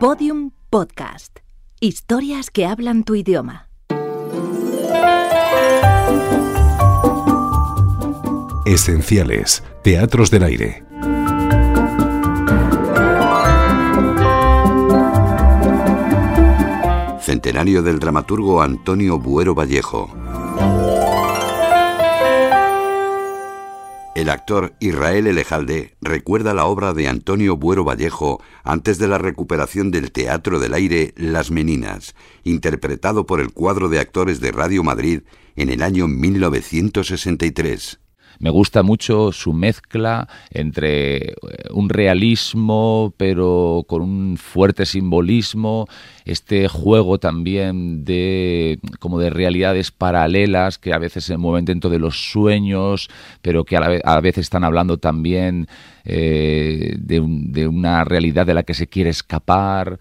Podium Podcast. Historias que hablan tu idioma. Esenciales. Teatros del aire. Centenario del dramaturgo Antonio Buero Vallejo. El actor Israel Elejalde recuerda la obra de Antonio Buero Vallejo antes de la recuperación del Teatro del Aire Las Meninas, interpretado por el cuadro de actores de Radio Madrid en el año 1963. Me gusta mucho su mezcla entre un realismo, pero con un fuerte simbolismo, este juego también de realidades paralelas que a veces se mueven dentro de los sueños, pero que a veces están hablando también de una realidad de la que se quiere escapar.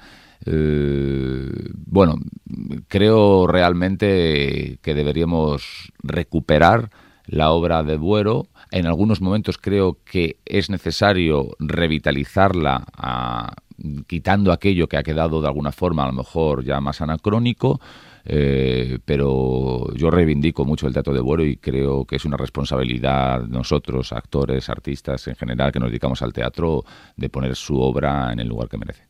Creo realmente que deberíamos recuperar la obra de Buero. En algunos momentos creo que es necesario revitalizarla, quitando aquello que ha quedado de alguna forma a lo mejor ya más anacrónico, pero yo reivindico mucho el teatro de Buero y creo que es una responsabilidad de nosotros, actores, artistas en general, que nos dedicamos al teatro, de poner su obra en el lugar que merece.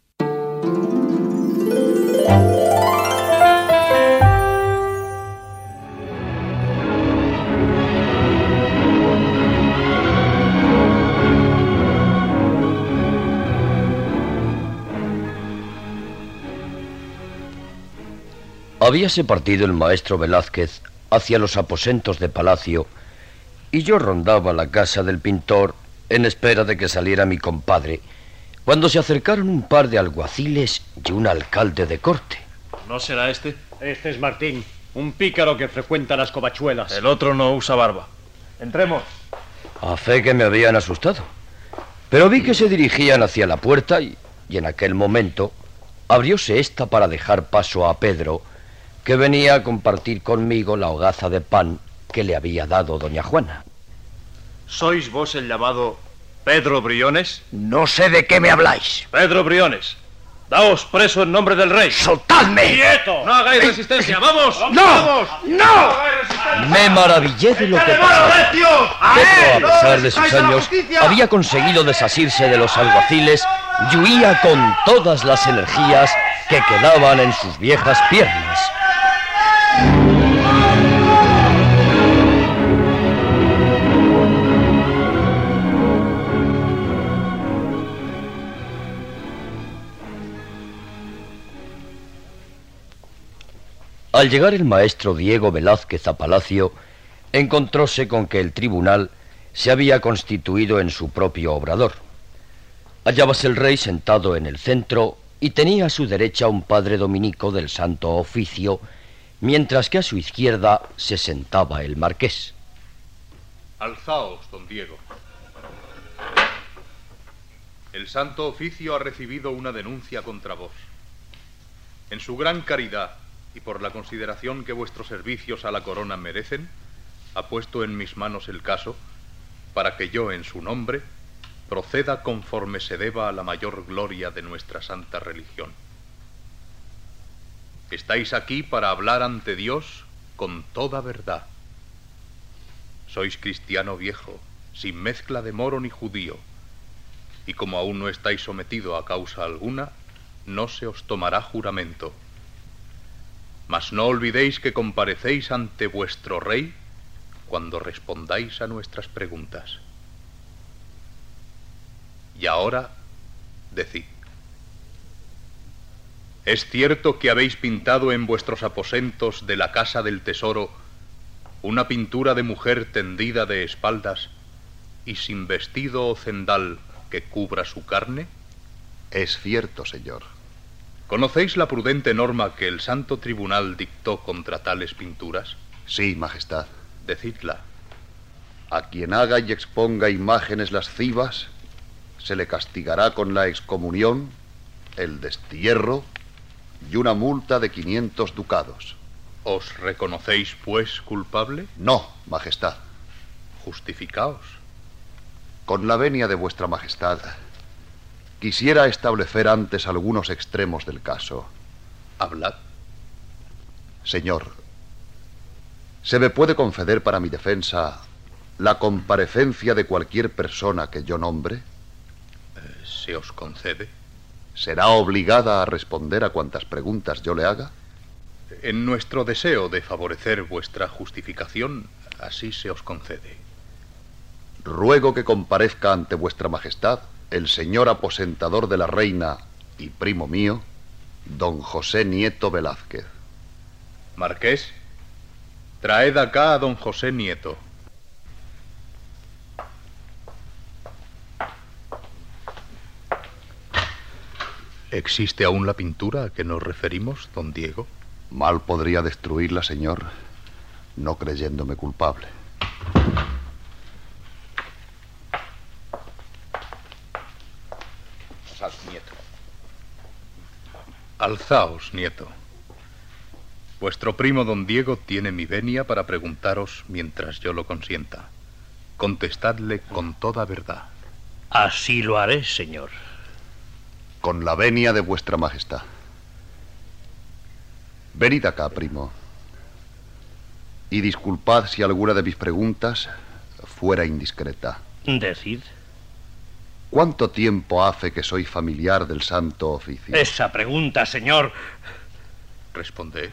Habíase partido el maestro Velázquez hacia los aposentos de palacio y yo rondaba la casa del pintor en espera de que saliera mi compadre, cuando se acercaron un par de alguaciles y un alcalde de corte. ¿No será este? Este es Martín, un pícaro que frecuenta las covachuelas. El otro no usa barba. Entremos. A fe que me habían asustado, pero vi que se dirigían hacia la puerta y en aquel momento abrióse esta para dejar paso a Pedro, que venía a compartir conmigo la hogaza de pan que le había dado doña Juana. ¿Sois vos el llamado Pedro Briones? No sé de qué me habláis. Pedro Briones, daos preso en nombre del rey. ¡Soltadme! ¡Quieto! ¡No hagáis resistencia! ¡Vamos! ¡No! ¡Vamos! ¡No! Me maravillé de lo que pasaba. Pedro, a pesar de sus años, había conseguido desasirse de los alguaciles y huía con todas las energías que quedaban en sus viejas piernas. Al llegar el maestro Diego Velázquez a palacio, encontróse con que el tribunal se había constituido en su propio obrador. Hallábase el rey sentado en el centro y tenía a su derecha un padre dominico del Santo Oficio, mientras que a su izquierda se sentaba el marqués. Alzaos, don Diego. El Santo Oficio ha recibido una denuncia contra vos. En su gran caridad y por la consideración que vuestros servicios a la corona merecen, ha puesto en mis manos el caso para que yo, en su nombre, proceda conforme se deba a la mayor gloria de nuestra santa religión. Estáis aquí para hablar ante Dios con toda verdad. Sois cristiano viejo, sin mezcla de moro ni judío, y como aún no estáis sometido a causa alguna, no se os tomará juramento. Mas no olvidéis que comparecéis ante vuestro rey cuando respondáis a nuestras preguntas. Y ahora, decid. ¿Es cierto que habéis pintado en vuestros aposentos de la Casa del Tesoro una pintura de mujer tendida de espaldas y sin vestido o cendal que cubra su carne? Es cierto, señor. ¿Conocéis la prudente norma que el Santo Tribunal dictó contra tales pinturas? Sí, majestad. Decidla. A quien haga y exponga imágenes lascivas, se le castigará con la excomunión, el destierro y una multa de 500 ducados. ¿Os reconocéis, pues, culpable? No, majestad. Justificaos. Con la venia de vuestra majestad, Quisiera establecer antes algunos extremos del caso. Hablad. Señor, ¿se me puede conceder para mi defensa la comparecencia de cualquier persona que yo nombre? ¿Se os concede? ¿Será obligada a responder a cuantas preguntas yo le haga? En nuestro deseo de favorecer vuestra justificación, así se os concede. Ruego que comparezca ante vuestra majestad el señor aposentador de la reina y primo mío, don José Nieto Velázquez. Marqués, traed acá a don José Nieto. ¿Existe aún la pintura a que nos referimos, don Diego? Mal podría destruirla, señor, no creyéndome culpable. Nieto. Alzaos, Nieto. Vuestro primo don Diego tiene mi venia para preguntaros mientras yo lo consienta. Contestadle con toda verdad. Así lo haré, señor. Con la venia de vuestra majestad. Venid acá, primo. Y disculpad si alguna de mis preguntas fuera indiscreta. Decid. ¿Cuánto tiempo hace que soy familiar del Santo Oficio? Esa pregunta, señor. Responded.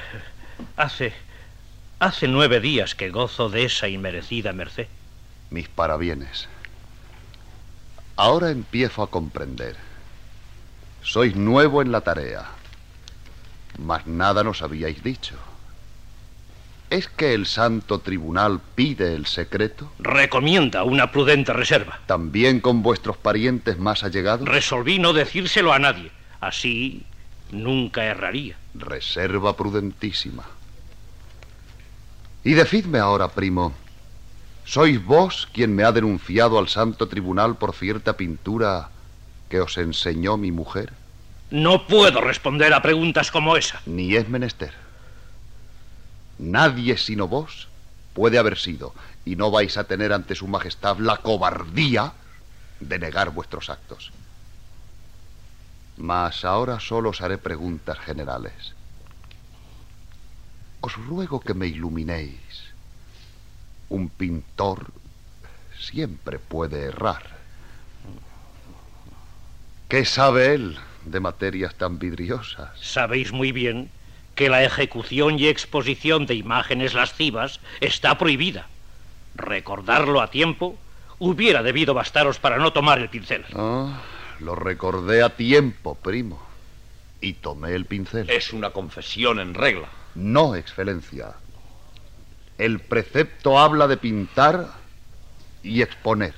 Hace 9 días que gozo de esa inmerecida merced. Mis parabienes. Ahora empiezo a comprender. Sois nuevo en la tarea, mas nada nos habíais dicho. ¿Es que el Santo Tribunal pide el secreto? Recomienda una prudente reserva. ¿También con vuestros parientes más allegados? Resolví no decírselo a nadie. Así nunca erraría. Reserva prudentísima. Y decidme ahora, primo, ¿sois vos quien me ha denunciado al Santo Tribunal por cierta pintura que os enseñó mi mujer? No puedo responder a preguntas como esa. Ni es menester. Nadie sino vos puede haber sido, y no vais a tener ante su majestad la cobardía de negar vuestros actos. Mas ahora solo os haré preguntas generales. Os ruego que me iluminéis. Un pintor siempre puede errar. ¿Qué sabe él de materias tan vidriosas? Sabéis muy bien que la ejecución y exposición de imágenes lascivas está prohibida. Recordarlo a tiempo hubiera debido bastaros para no tomar el pincel. Lo recordé a tiempo, primo, y tomé el pincel. Es una confesión en regla. No, excelencia. El precepto habla de pintar y exponer.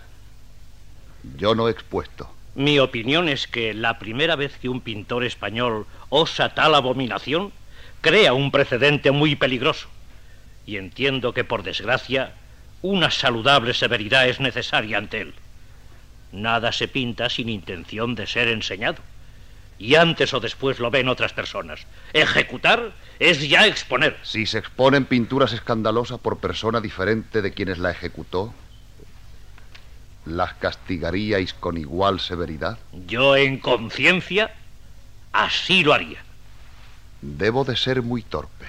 Yo no he expuesto. Mi opinión es que la primera vez que un pintor español osa tal abominación, crea un precedente muy peligroso. Y entiendo que, por desgracia, una saludable severidad es necesaria ante él. Nada se pinta sin intención de ser enseñado. Y antes o después lo ven otras personas. Ejecutar es ya exponer. Si se exponen pinturas escandalosas por persona diferente de quienes la ejecutó, ¿las castigaríais con igual severidad? Yo, en conciencia, así lo haría. Debo de ser muy torpe.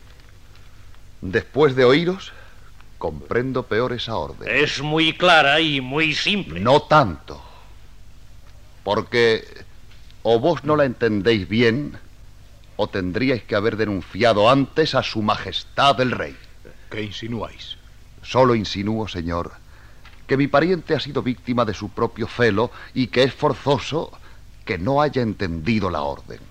Después de oíros, comprendo peor esa orden. Es muy clara y muy simple. No tanto. Porque o vos no la entendéis bien, o tendríais que haber denunciado antes a su majestad el rey. ¿Qué insinuáis? Solo insinúo, señor, que mi pariente ha sido víctima de su propio celo y que es forzoso que no haya entendido la orden.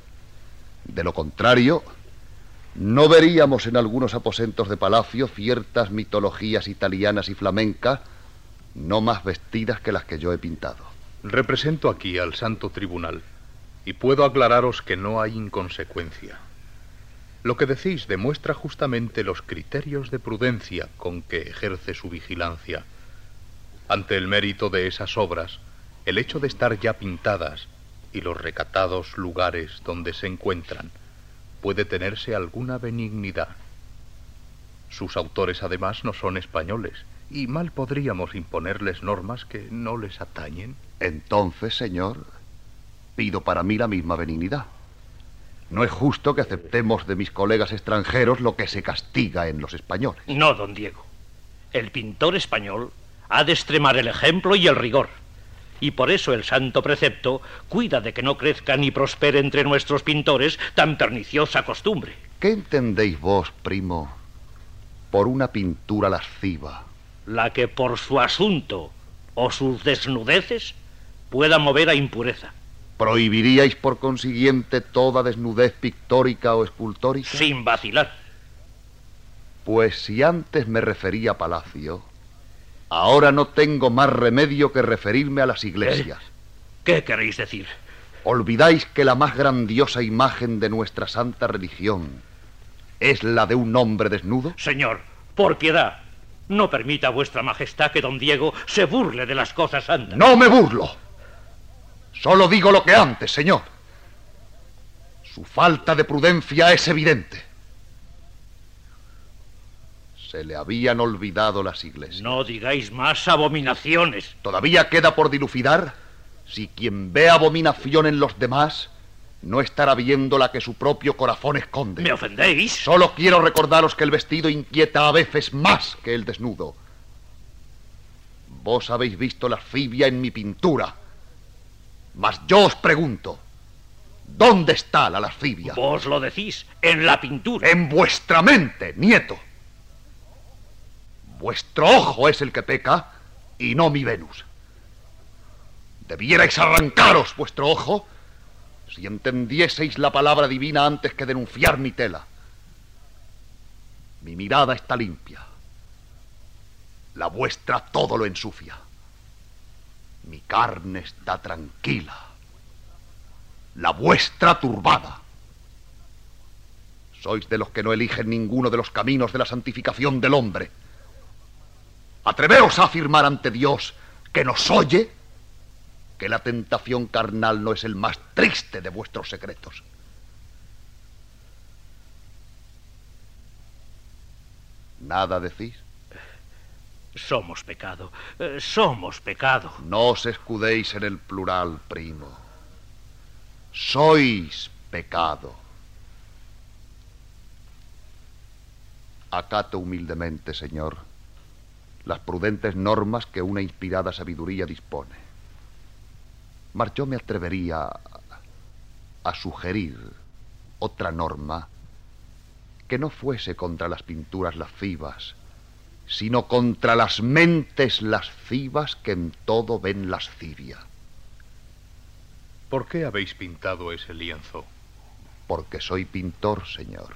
De lo contrario, no veríamos en algunos aposentos de palacio ciertas mitologías italianas y flamencas no más vestidas que las que yo he pintado. Represento aquí al Santo Tribunal y puedo aclararos que no hay inconsecuencia. Lo que decís demuestra justamente los criterios de prudencia con que ejerce su vigilancia. Ante el mérito de esas obras, el hecho de estar ya pintadas y los recatados lugares donde se encuentran, puede tenerse alguna benignidad. Sus autores, además, no son españoles y mal podríamos imponerles normas que no les atañen. Entonces, señor, pido para mí la misma benignidad. No es justo que aceptemos de mis colegas extranjeros lo que se castiga en los españoles. No, don Diego. El pintor español ha de extremar el ejemplo y el rigor. Y por eso el santo precepto cuida de que no crezca ni prospere entre nuestros pintores tan perniciosa costumbre. ¿Qué entendéis vos, primo, por una pintura lasciva? La que por su asunto o sus desnudeces pueda mover a impureza. ¿Prohibiríais por consiguiente toda desnudez pictórica o escultórica? Sin vacilar. Pues si antes me refería a Palacio, ahora no tengo más remedio que referirme a las iglesias. ¿Qué queréis decir? ¿Olvidáis que la más grandiosa imagen de nuestra santa religión es la de un hombre desnudo? Señor, por piedad, no permita a vuestra majestad que don Diego se burle de las cosas santas. ¡No me burlo! Solo digo lo que antes, señor. Su falta de prudencia es evidente. Se le habían olvidado las iglesias. No digáis más abominaciones. Todavía queda por dilucidar si quien ve abominación en los demás no estará viendo la que su propio corazón esconde. ¿Me ofendéis? Solo quiero recordaros que el vestido inquieta a veces más que el desnudo. Vos habéis visto lascivia en mi pintura. Mas yo os pregunto, ¿dónde está la lascivia? Vos lo decís, en la pintura. En vuestra mente, nieto. Vuestro ojo es el que peca y no mi Venus. Debierais arrancaros vuestro ojo si entendieseis la palabra divina antes que denunciar mi tela. Mi mirada está limpia. La vuestra todo lo ensucia. Mi carne está tranquila. La vuestra turbada. Sois de los que no eligen ninguno de los caminos de la santificación del hombre. Atreveos a afirmar ante Dios que nos oye, que la tentación carnal no es el más triste de vuestros secretos. ¿Nada decís? Somos pecado, somos pecado. No os escudéis en el plural, primo. Sois pecado. Acato humildemente, señor, las prudentes normas que una inspirada sabiduría dispone. Mas yo me atrevería a sugerir otra norma que no fuese contra las pinturas lascivas, sino contra las mentes lascivas que en todo ven lascivia. ¿Por qué habéis pintado ese lienzo? Porque soy pintor, señor.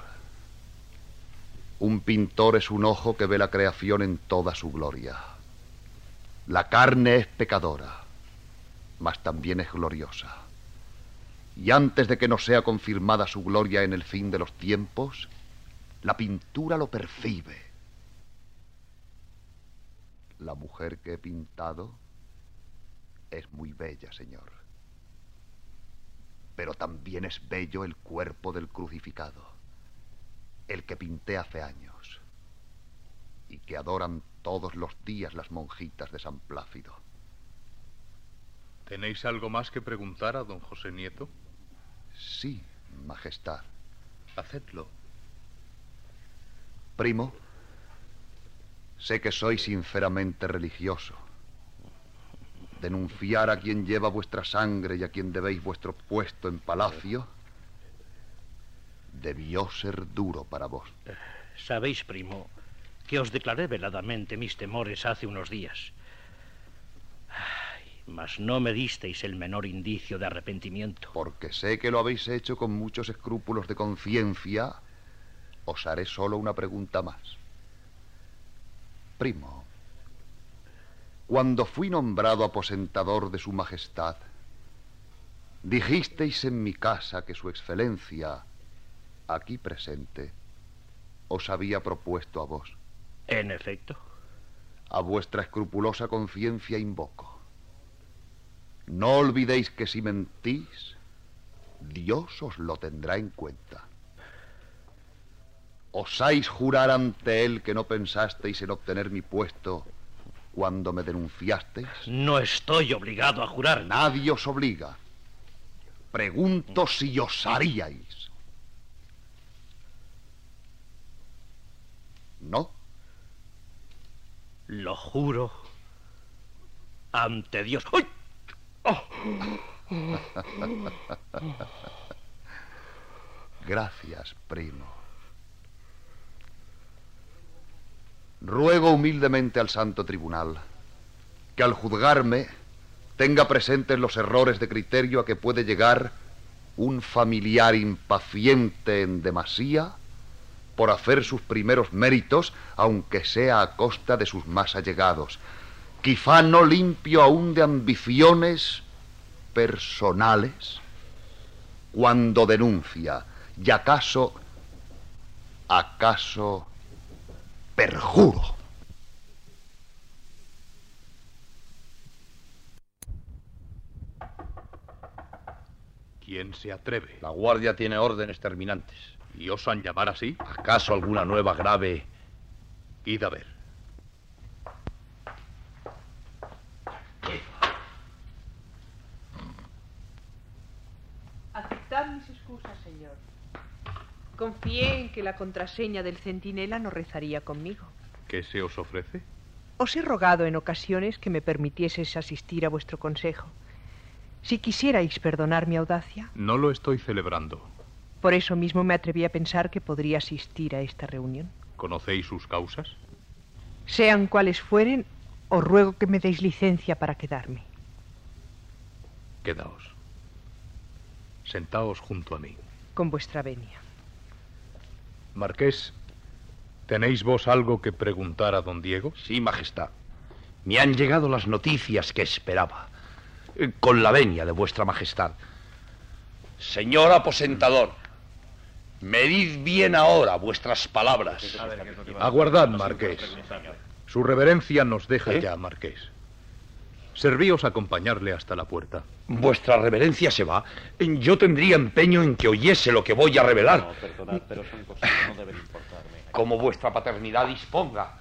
Un pintor es un ojo que ve la creación en toda su gloria. La carne es pecadora, mas también es gloriosa. Y antes de que nos sea confirmada su gloria en el fin de los tiempos, la pintura lo percibe. La mujer que he pintado es muy bella, señor. Pero también es bello el cuerpo del crucificado, el que pinté hace años, y que adoran todos los días las monjitas de San Plácido. ¿Tenéis algo más que preguntar a don José Nieto? Sí, majestad. Hacedlo. Primo, sé que soy sinceramente religioso. Denunciar a quien lleva vuestra sangre y a quien debéis vuestro puesto en palacio debió ser duro para vos. Sabéis, primo, que os declaré veladamente mis temores hace unos días. Mas no me disteis el menor indicio de arrepentimiento. Porque sé que lo habéis hecho con muchos escrúpulos de conciencia, os haré solo una pregunta más. Primo, cuando fui nombrado aposentador de su majestad, dijisteis en mi casa que su excelencia, aquí presente, os había propuesto a vos. En efecto. A vuestra escrupulosa conciencia invoco. No olvidéis que si mentís, Dios os lo tendrá en cuenta. ¿Osáis jurar ante Él que no pensasteis en obtener mi puesto cuando me denunciasteis? No estoy obligado a jurar. Nadie os obliga. Pregunto si os haríais. ¿No? Lo juro ante Dios. ¡Ay! ¡Oh! Gracias, primo. Ruego humildemente al Santo Tribunal que al juzgarme tenga presentes los errores de criterio a que puede llegar un familiar impaciente en demasía por hacer sus primeros méritos, aunque sea a costa de sus más allegados, quizá no limpio aún de ambiciones personales, cuando denuncia, y acaso perjuro. ¿Quién se atreve? La guardia tiene órdenes terminantes. ¿Y osan llamar así? ¿Acaso alguna nueva grave? Id a ver. Aceptad mis excusas, señor. Confié en que la contraseña del centinela no rezaría conmigo. ¿Qué se os ofrece? Os he rogado en ocasiones que me permitieseis asistir a vuestro consejo. Si quisierais perdonar mi audacia... No lo estoy celebrando. Por eso mismo me atreví a pensar que podría asistir a esta reunión. ¿Conocéis sus causas? Sean cuales fueren, os ruego que me deis licencia para quedarme. Quedaos. Sentaos junto a mí. Con vuestra venia. Marqués, ¿tenéis vos algo que preguntar a don Diego? Sí, majestad. Me han llegado las noticias que esperaba. Con la venia de vuestra majestad. Señor aposentador, medid bien ahora vuestras palabras. Aguardad, marqués. Su reverencia nos deja ya, marqués. Servíos acompañarle hasta la puerta. Vuestra reverencia se va. Yo tendría empeño en que oyese lo que voy a revelar. No, perdonad, pero son cosas que no deben importarme. Como vuestra paternidad disponga.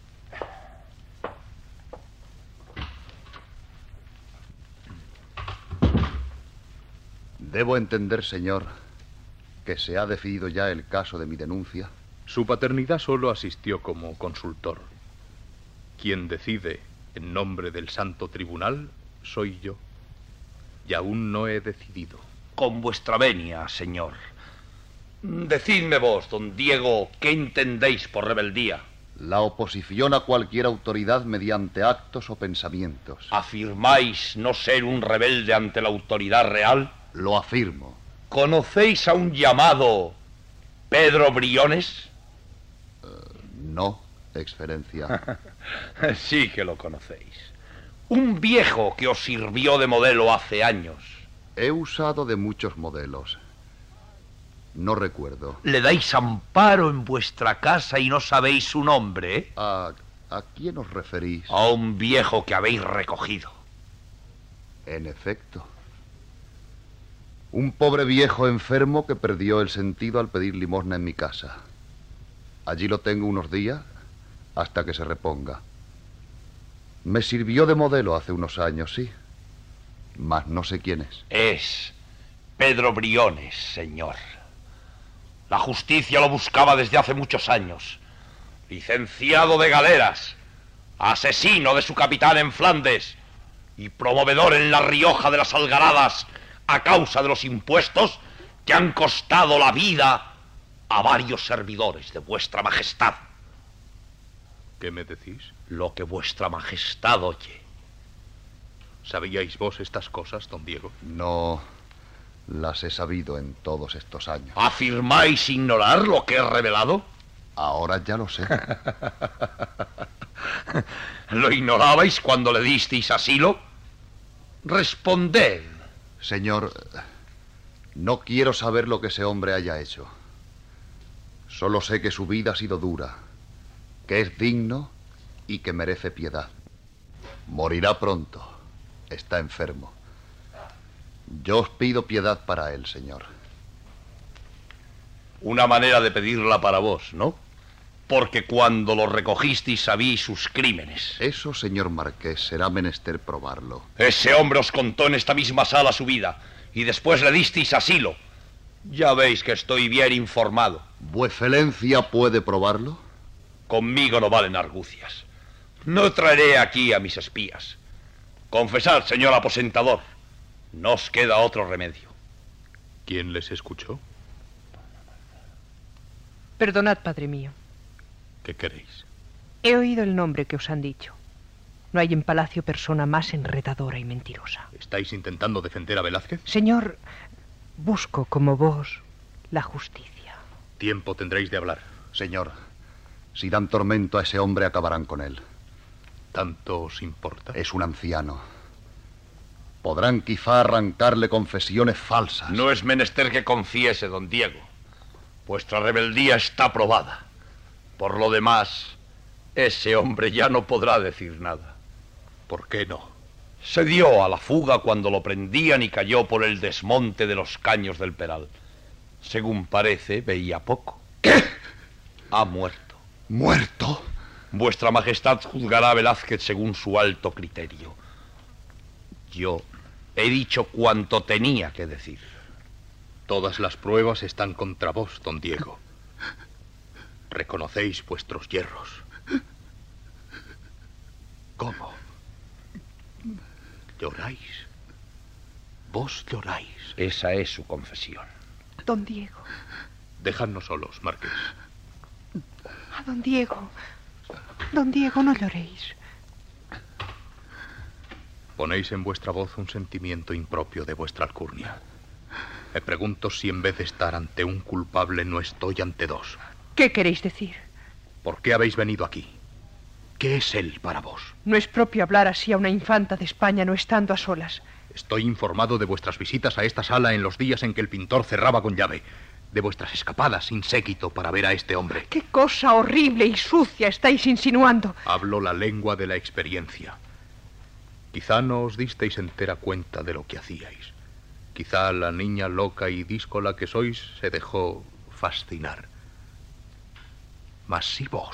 Debo entender, señor, que se ha decidido ya el caso de mi denuncia. Su paternidad solo asistió como consultor. Quien decide en nombre del Santo Tribunal soy yo. Y aún no he decidido. Con vuestra venia, señor. Decidme vos, don Diego, ¿qué entendéis por rebeldía? La oposición a cualquier autoridad mediante actos o pensamientos. ¿Afirmáis no ser un rebelde ante la autoridad real? Lo afirmo. ¿Conocéis a un llamado Pedro Briones? No, excelencia. Sí que lo conocéis. Un viejo que os sirvió de modelo hace años. He usado de muchos modelos. No recuerdo. ¿Le dais amparo en vuestra casa y no sabéis su nombre, eh? ¿A quién os referís? A un viejo que habéis recogido. En efecto. Un pobre viejo enfermo que perdió el sentido al pedir limosna en mi casa. Allí lo tengo unos días hasta que se reponga. Me sirvió de modelo hace unos años, sí. Mas no sé quién es. Es Pedro Briones, señor. La justicia lo buscaba desde hace muchos años. Licenciado de galeras, asesino de su capitán en Flandes y promovedor en La Rioja de las Algaradas a causa de los impuestos que han costado la vida a varios servidores de vuestra majestad. ¿Qué me decís? Lo que vuestra majestad oye. ¿Sabíais vos estas cosas, don Diego? No las he sabido en todos estos años. ¿Afirmáis ignorar lo que he revelado? Ahora ya lo sé. ¿Lo ignorabais cuando le disteis asilo? Responded. Señor, no quiero saber lo que ese hombre haya hecho. Solo sé que su vida ha sido dura, que es digno y que merece piedad. Morirá pronto. Está enfermo. Yo os pido piedad para él, señor. Una manera de pedirla para vos, ¿no? porque cuando lo recogisteis sabíais sus crímenes. Eso, señor marqués, será menester probarlo. Ese hombre os contó en esta misma sala su vida, y después le disteis asilo. Ya veis que estoy bien informado. ¿Vuecencia puede probarlo? Conmigo no valen argucias. No traeré aquí a mis espías. Confesad, señor aposentador. No os queda otro remedio. ¿Quién les escuchó? Perdonad, padre mío. ¿Qué queréis? He oído el nombre que os han dicho. No hay en palacio persona más enredadora y mentirosa. ¿Estáis intentando defender a Velázquez? Señor, busco como vos la justicia. Tiempo tendréis de hablar. Señor, si dan tormento a ese hombre, acabarán con él. ¿Tanto os importa? Es un anciano. Podrán quizá arrancarle confesiones falsas. No es menester que confiese, don Diego. Vuestra rebeldía está probada. Por lo demás, ese hombre ya no podrá decir nada. ¿Por qué no? Se dio a la fuga cuando lo prendían y cayó por el desmonte de los caños del Peral. Según parece, veía poco. ¿Qué? Ha muerto. ¿Muerto? Vuestra Majestad juzgará a Velázquez según su alto criterio. Yo he dicho cuanto tenía que decir. Todas las pruebas están contra vos, don Diego. Reconocéis vuestros yerros. ¿Cómo? ¿Lloráis? Vos lloráis. Esa es su confesión. Don Diego. Dejadnos solos, marqués. A don Diego. Don Diego, no lloréis. Ponéis en vuestra voz un sentimiento impropio de vuestra alcurnia. Me pregunto si en vez de estar ante un culpable no estoy ante dos. ¿Qué queréis decir? ¿Por qué habéis venido aquí? ¿Qué es él para vos? No es propio hablar así a una infanta de España no estando a solas. Estoy informado de vuestras visitas a esta sala en los días en que el pintor cerraba con llave, de vuestras escapadas sin séquito para ver a este hombre. ¡Qué cosa horrible y sucia estáis insinuando! Hablo la lengua de la experiencia. Quizá no os disteis entera cuenta de lo que hacíais. Quizá la niña loca y díscola que sois se dejó fascinar. Mas si vos,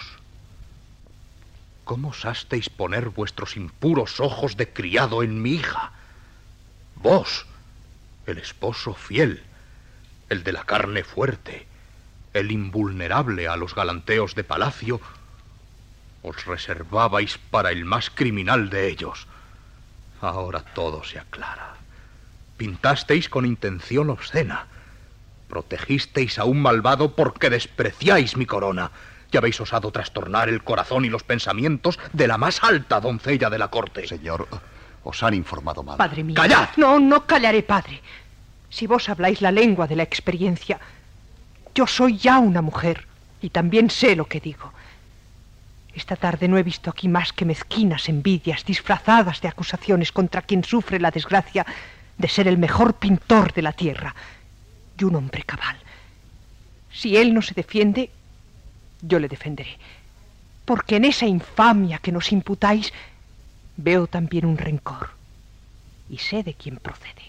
¿cómo osasteis poner vuestros impuros ojos de criado en mi hija? Vos, el esposo fiel, el de la carne fuerte, el invulnerable a los galanteos de palacio, os reservabais para el más criminal de ellos. Ahora todo se aclara. Pintasteis con intención obscena. Protegisteis a un malvado porque despreciáis mi corona. Y habéis osado trastornar el corazón y los pensamientos de la más alta doncella de la corte. Señor, os han informado mal. Padre mío. ¡Callad! No, no callaré, padre. Si vos habláis la lengua de la experiencia, yo soy ya una mujer y también sé lo que digo. Esta tarde no he visto aquí más que mezquinas envidias disfrazadas de acusaciones contra quien sufre la desgracia de ser el mejor pintor de la tierra y un hombre cabal. Si él no se defiende, yo le defenderé, porque en esa infamia que nos imputáis veo también un rencor y sé de quién procede.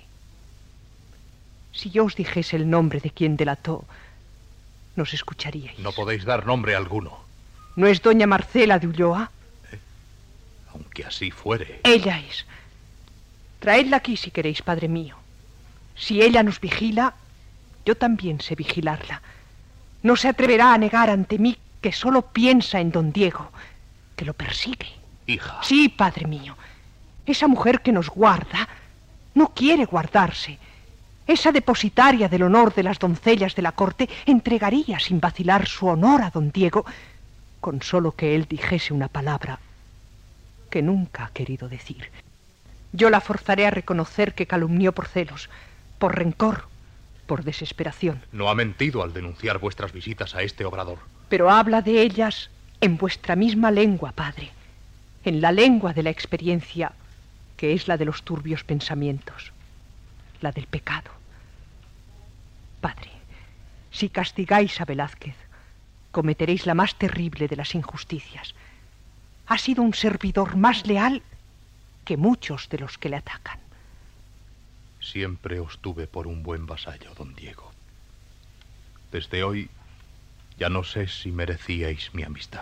Si yo os dijese el nombre de quien delató, nos escucharíais. No podéis dar nombre alguno. ¿No es doña Marcela de Ulloa? Aunque así fuere. Ella es. Traedla aquí si queréis, padre mío. Si ella nos vigila, yo también sé vigilarla. No se atreverá a negar ante mí que solo piensa en don Diego, que lo persigue. Hija. Sí, padre mío. Esa mujer que nos guarda no quiere guardarse. Esa depositaria del honor de las doncellas de la corte entregaría sin vacilar su honor a don Diego con solo que él dijese una palabra que nunca ha querido decir. Yo la forzaré a reconocer que calumnió por celos, por rencor, por desesperación. No ha mentido al denunciar vuestras visitas a este obrador. Pero habla de ellas en vuestra misma lengua, padre, en la lengua de la experiencia, que es la de los turbios pensamientos, la del pecado. Padre, si castigáis a Velázquez, cometeréis la más terrible de las injusticias. Ha sido un servidor más leal que muchos de los que le atacan. Siempre os tuve por un buen vasallo, don Diego. Desde hoy Ya no sé si merecíais mi amistad.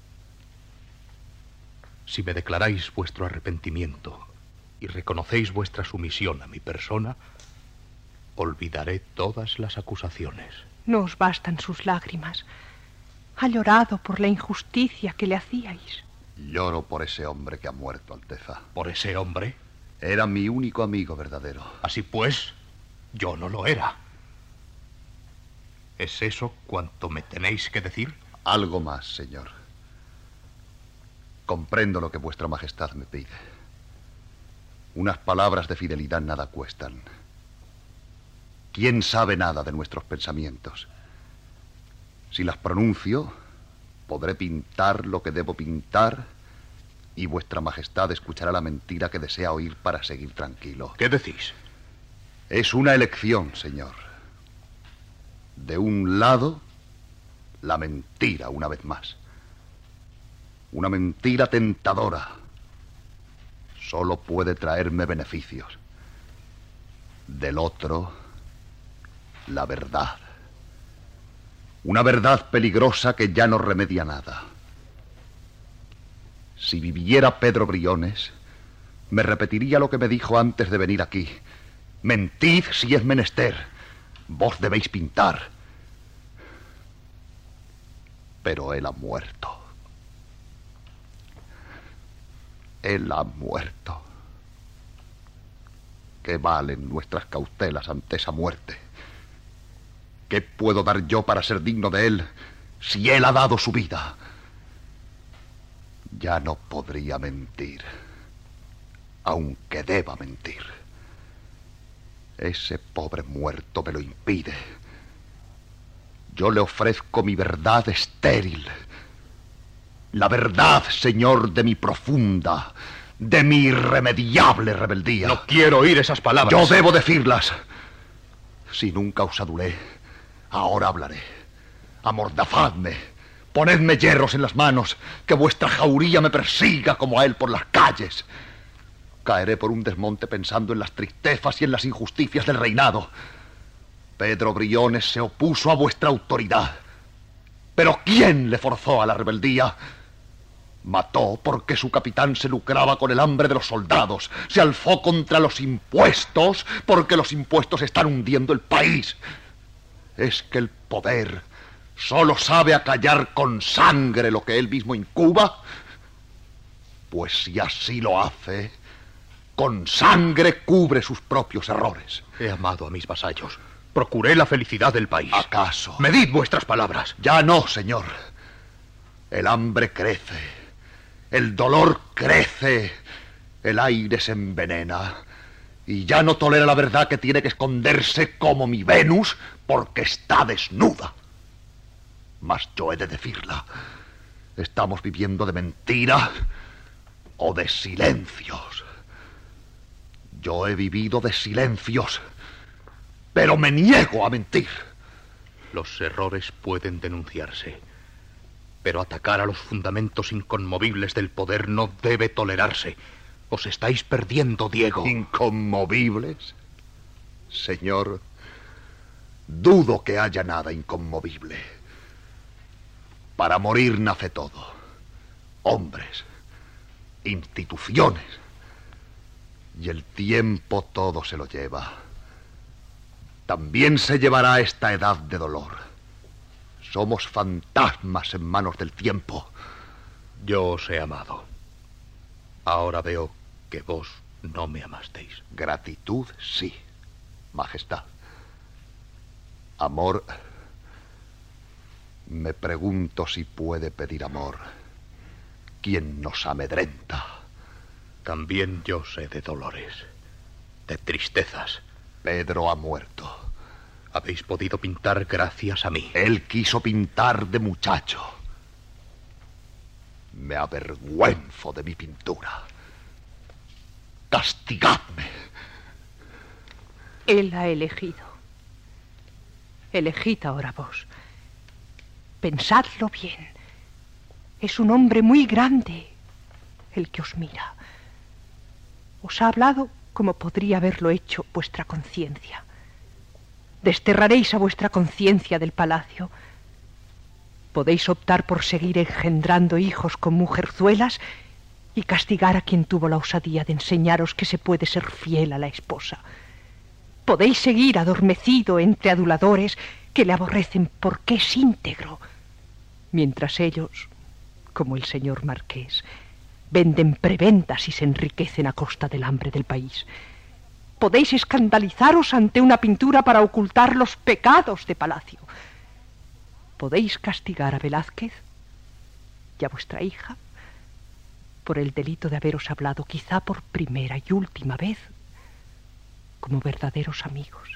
Si me declaráis vuestro arrepentimiento y reconocéis vuestra sumisión a mi persona, olvidaré todas las acusaciones. No os bastan sus lágrimas. Ha llorado por la injusticia que le hacíais. Lloro por ese hombre que ha muerto, Alteza. ¿Por ese hombre? Era mi único amigo verdadero. Así pues, yo no lo era. ¿Es eso cuanto me tenéis que decir? Algo más, señor. Comprendo lo que vuestra majestad me pide. Unas palabras de fidelidad nada cuestan. ¿Quién sabe nada de nuestros pensamientos? Si las pronuncio, podré pintar lo que debo pintar y vuestra majestad escuchará la mentira que desea oír para seguir tranquilo. ¿Qué decís? Es una elección, señor. De un lado, la mentira, una vez más. Una mentira tentadora. Solo puede traerme beneficios. Del otro, la verdad. Una verdad peligrosa que ya no remedia nada. Si viviera Pedro Briones, me repetiría lo que me dijo antes de venir aquí. Mentid si es menester. Vos debéis pintar. Pero él ha muerto. Él ha muerto. ¿Qué valen nuestras cautelas ante esa muerte? ¿Qué puedo dar yo para ser digno de él si él ha dado su vida? Ya no podría mentir, aunque deba mentir. Ese pobre muerto me lo impide. Yo le ofrezco mi verdad estéril. La verdad, señor, de mi profunda, de mi irremediable rebeldía. No quiero oír esas palabras. Yo debo decirlas. Si nunca os adulé, ahora hablaré. Amordazadme. Ponedme hierros en las manos, que vuestra jauría me persiga como a él por las calles. Caeré por un desmonte pensando en las tristezas y en las injusticias del reinado. Pedro Briones se opuso a vuestra autoridad. ¿Pero quién le forzó a la rebeldía? Mató porque su capitán se lucraba con el hambre de los soldados. Se alzó contra los impuestos porque los impuestos están hundiendo el país. Es que el poder solo sabe acallar con sangre lo que él mismo incuba. Pues si así lo hace, con sangre cubre sus propios errores. He amado a mis vasallos. Procuré la felicidad del país. ¿Acaso? Medid vuestras palabras. Ya no, señor. El hambre crece. El dolor crece. El aire se envenena. Y ya no tolera la verdad que tiene que esconderse como mi Venus porque está desnuda. Mas yo he de decirla. Estamos viviendo de mentira o de silencios. Yo he vivido de silencios, pero me niego a mentir. Los errores pueden denunciarse, pero atacar a los fundamentos inconmovibles del poder no debe tolerarse. Os estáis perdiendo, Diego. ¿Inconmovibles? Señor, dudo que haya nada inconmovible. Para morir nace todo. Hombres, instituciones. Y el tiempo todo se lo lleva. También se llevará esta edad de dolor. Somos fantasmas en manos del tiempo. Yo os he amado. Ahora veo que vos no me amasteis. Gratitud, sí, majestad. Amor, me pregunto si puede pedir amor quien nos amedrenta. También yo sé de dolores, de tristezas. Pedro ha muerto. Habéis podido pintar gracias a mí. Él quiso pintar de muchacho. Me avergüenzo de mi pintura. Castigadme. Él ha elegido. Elegid ahora vos. Pensadlo bien. Es un hombre muy grande el que os mira. Os ha hablado como podría haberlo hecho vuestra conciencia. Desterraréis a vuestra conciencia del palacio Podéis optar por seguir engendrando hijos con mujerzuelas y castigar a quien tuvo la osadía de enseñaros que se puede ser fiel a la esposa. Podéis seguir adormecido entre aduladores que le aborrecen porque es íntegro, mientras ellos, como el señor marqués, venden prebendas y se enriquecen a costa del hambre del país. Podéis escandalizaros ante una pintura para ocultar los pecados de palacio. Podéis castigar a Velázquez y a vuestra hija por el delito de haberos hablado, quizá por primera y última vez, como verdaderos amigos.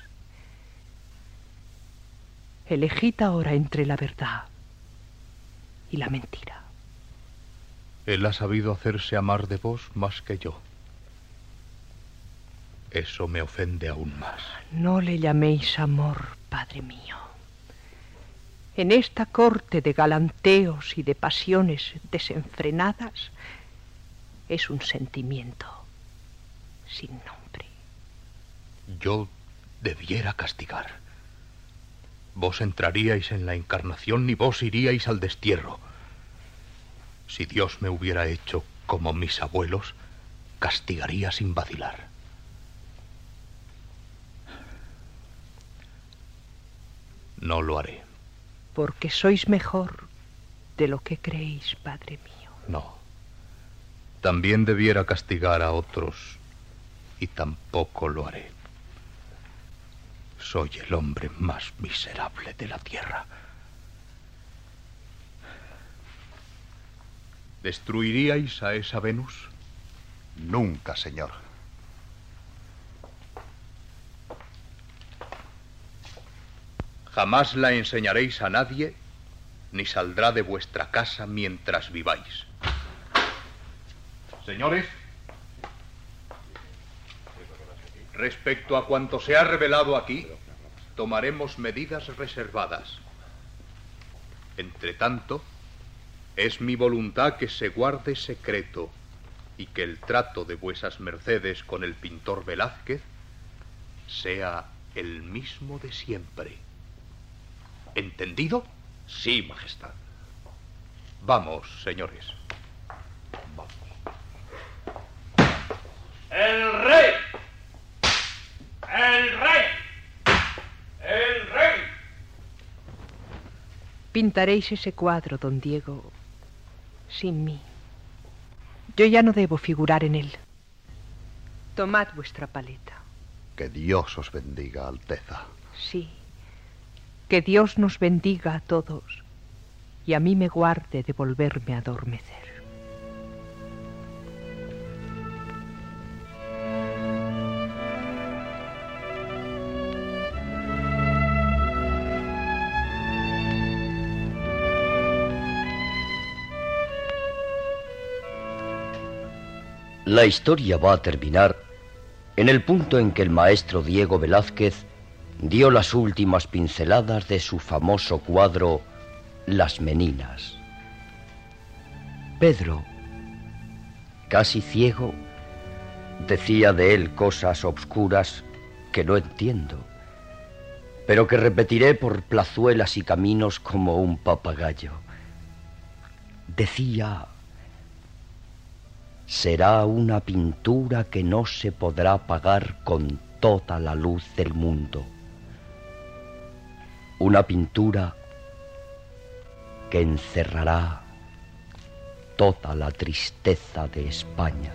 Elegid ahora entre la verdad y la mentira. Él ha sabido hacerse amar de vos más que yo. Eso me ofende aún más. No le llaméis amor, padre mío. En esta corte de galanteos y de pasiones desenfrenadas es un sentimiento sin nombre. Yo debiera castigar. Vos entraríais en la encarnación y vos iríais al destierro. Si Dios me hubiera hecho como mis abuelos, castigaría sin vacilar. No lo haré. Porque sois mejor de lo que creéis, padre mío. No. También debiera castigar a otros y tampoco lo haré. Soy el hombre más miserable de la tierra. ¿Destruiríais a esa Venus? Nunca, señor. Jamás la enseñaréis a nadie, ni saldrá de vuestra casa mientras viváis. Señores, respecto a cuanto se ha revelado aquí, tomaremos medidas reservadas. Entretanto, es mi voluntad que se guarde secreto y que el trato de vuesas mercedes con el pintor Velázquez sea el mismo de siempre. ¿Entendido? Sí, Majestad. Vamos, señores. Vamos. ¡El rey! ¡El rey! ¡El rey! Pintaréis ese cuadro, don Diego, sin mí. Yo ya no debo figurar en él. Tomad vuestra paleta. Que Dios os bendiga, Alteza. Sí. Que Dios nos bendiga a todos y a mí me guarde de volverme a adormecer. La historia va a terminar en el punto en que el maestro Diego Velázquez dio las últimas pinceladas de su famoso cuadro Las Meninas. Pedro, casi ciego, decía de él cosas obscuras que no entiendo, pero que repetiré por plazuelas y caminos como un papagayo. Decía: será una pintura que no se podrá pagar con toda la luz del mundo. Una pintura que encerrará toda la tristeza de España.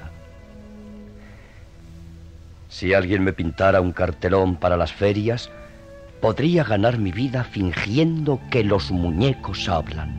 Si alguien me pintara un cartelón para las ferias, podría ganar mi vida fingiendo que los muñecos hablan.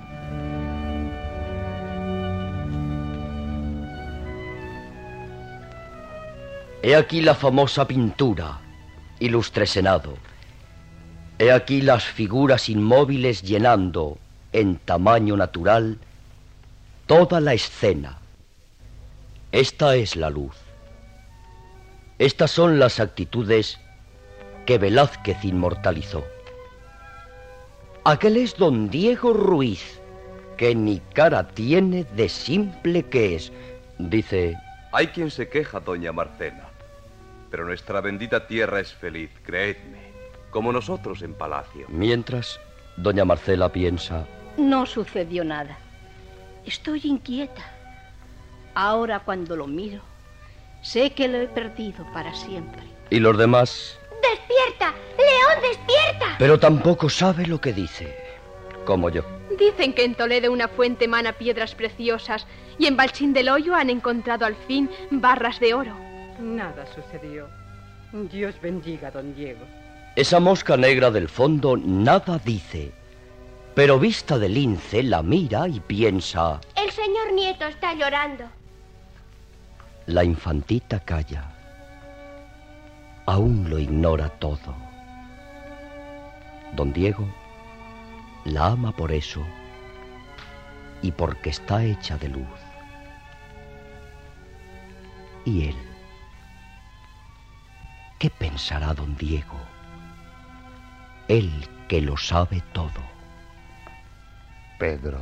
He aquí la famosa pintura, ilustre Senado. He aquí las figuras inmóviles llenando, en tamaño natural, toda la escena. Esta es la luz. Estas son las actitudes que Velázquez inmortalizó. Aquel es don Diego Ruiz, que ni cara tiene de simple que es. Dice: hay quien se queja, doña Marcela, pero nuestra bendita tierra es feliz, creedme, como nosotros en palacio. Mientras, doña Marcela piensa: No sucedió nada. Estoy inquieta. Ahora cuando lo miro, sé que lo he perdido para siempre. ¿Y los demás? ¡Despierta! ¡León, despierta! Pero tampoco sabe lo que dice, como yo. Dicen que en Toledo una fuente emana piedras preciosas y en Balchín del Hoyo han encontrado al fin barras de oro. Nada sucedió. Dios bendiga a don Diego. Esa mosca negra del fondo nada dice, pero vista de lince la mira y piensa... El señor nieto está llorando. La infantita calla. Aún lo ignora todo. Don Diego la ama por eso y porque está hecha de luz. ¿Y él? ¿Qué pensará don Diego? Él que lo sabe todo. Pedro.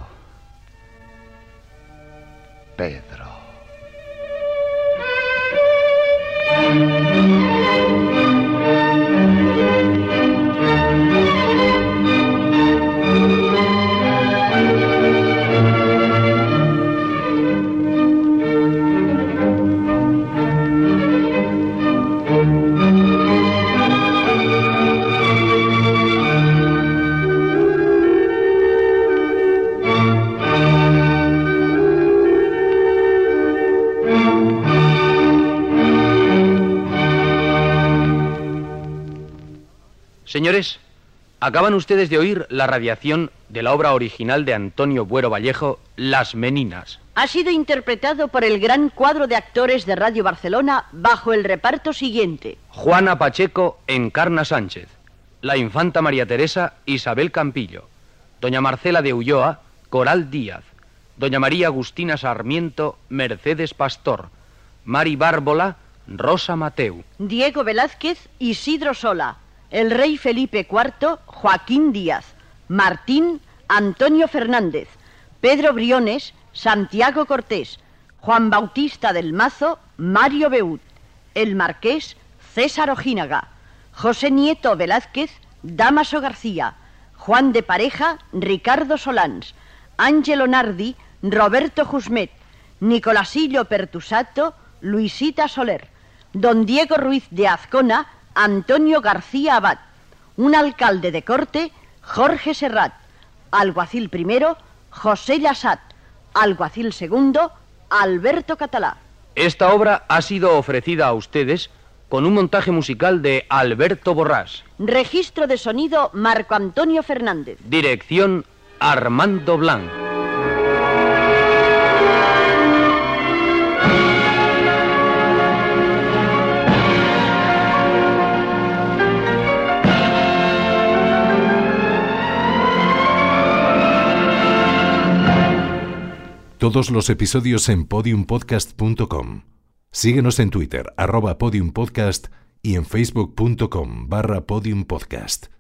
Señores, acaban ustedes de oír la radiación de la obra original de Antonio Buero Vallejo, Las Meninas. Ha sido interpretado por el gran cuadro de actores de Radio Barcelona bajo el reparto siguiente. Juana Pacheco encarna Sánchez, la infanta María Teresa Isabel Campillo, doña Marcela de Ulloa Coral Díaz, doña María Agustina Sarmiento Mercedes Pastor, Mari Bárbola Rosa Mateu, Diego Velázquez Isidro Sola, el rey Felipe IV Joaquín Díaz, Martín Antonio Fernández, Pedro Briones Santiago Cortés, Juan Bautista del Mazo Mario Beut, el marqués César Ojínaga, José Nieto Velázquez Dámaso García, Juan de Pareja Ricardo Solans, Ángelo Nardi Roberto Jusmet, Nicolasillo Pertusato Luisita Soler, don Diego Ruiz de Azcona Antonio García Abad, un alcalde de corte Jorge Serrat, alguacil primero José Llassat, alguacil segundo Alberto Catalá. Esta obra ha sido ofrecida a ustedes con un montaje musical de Alberto Borrás. Registro de sonido Marco Antonio Fernández. Dirección Armando Blanc. Todos los episodios en podiumpodcast.com. Síguenos en Twitter, @podiumpodcast y en facebook.com/podiumpodcast.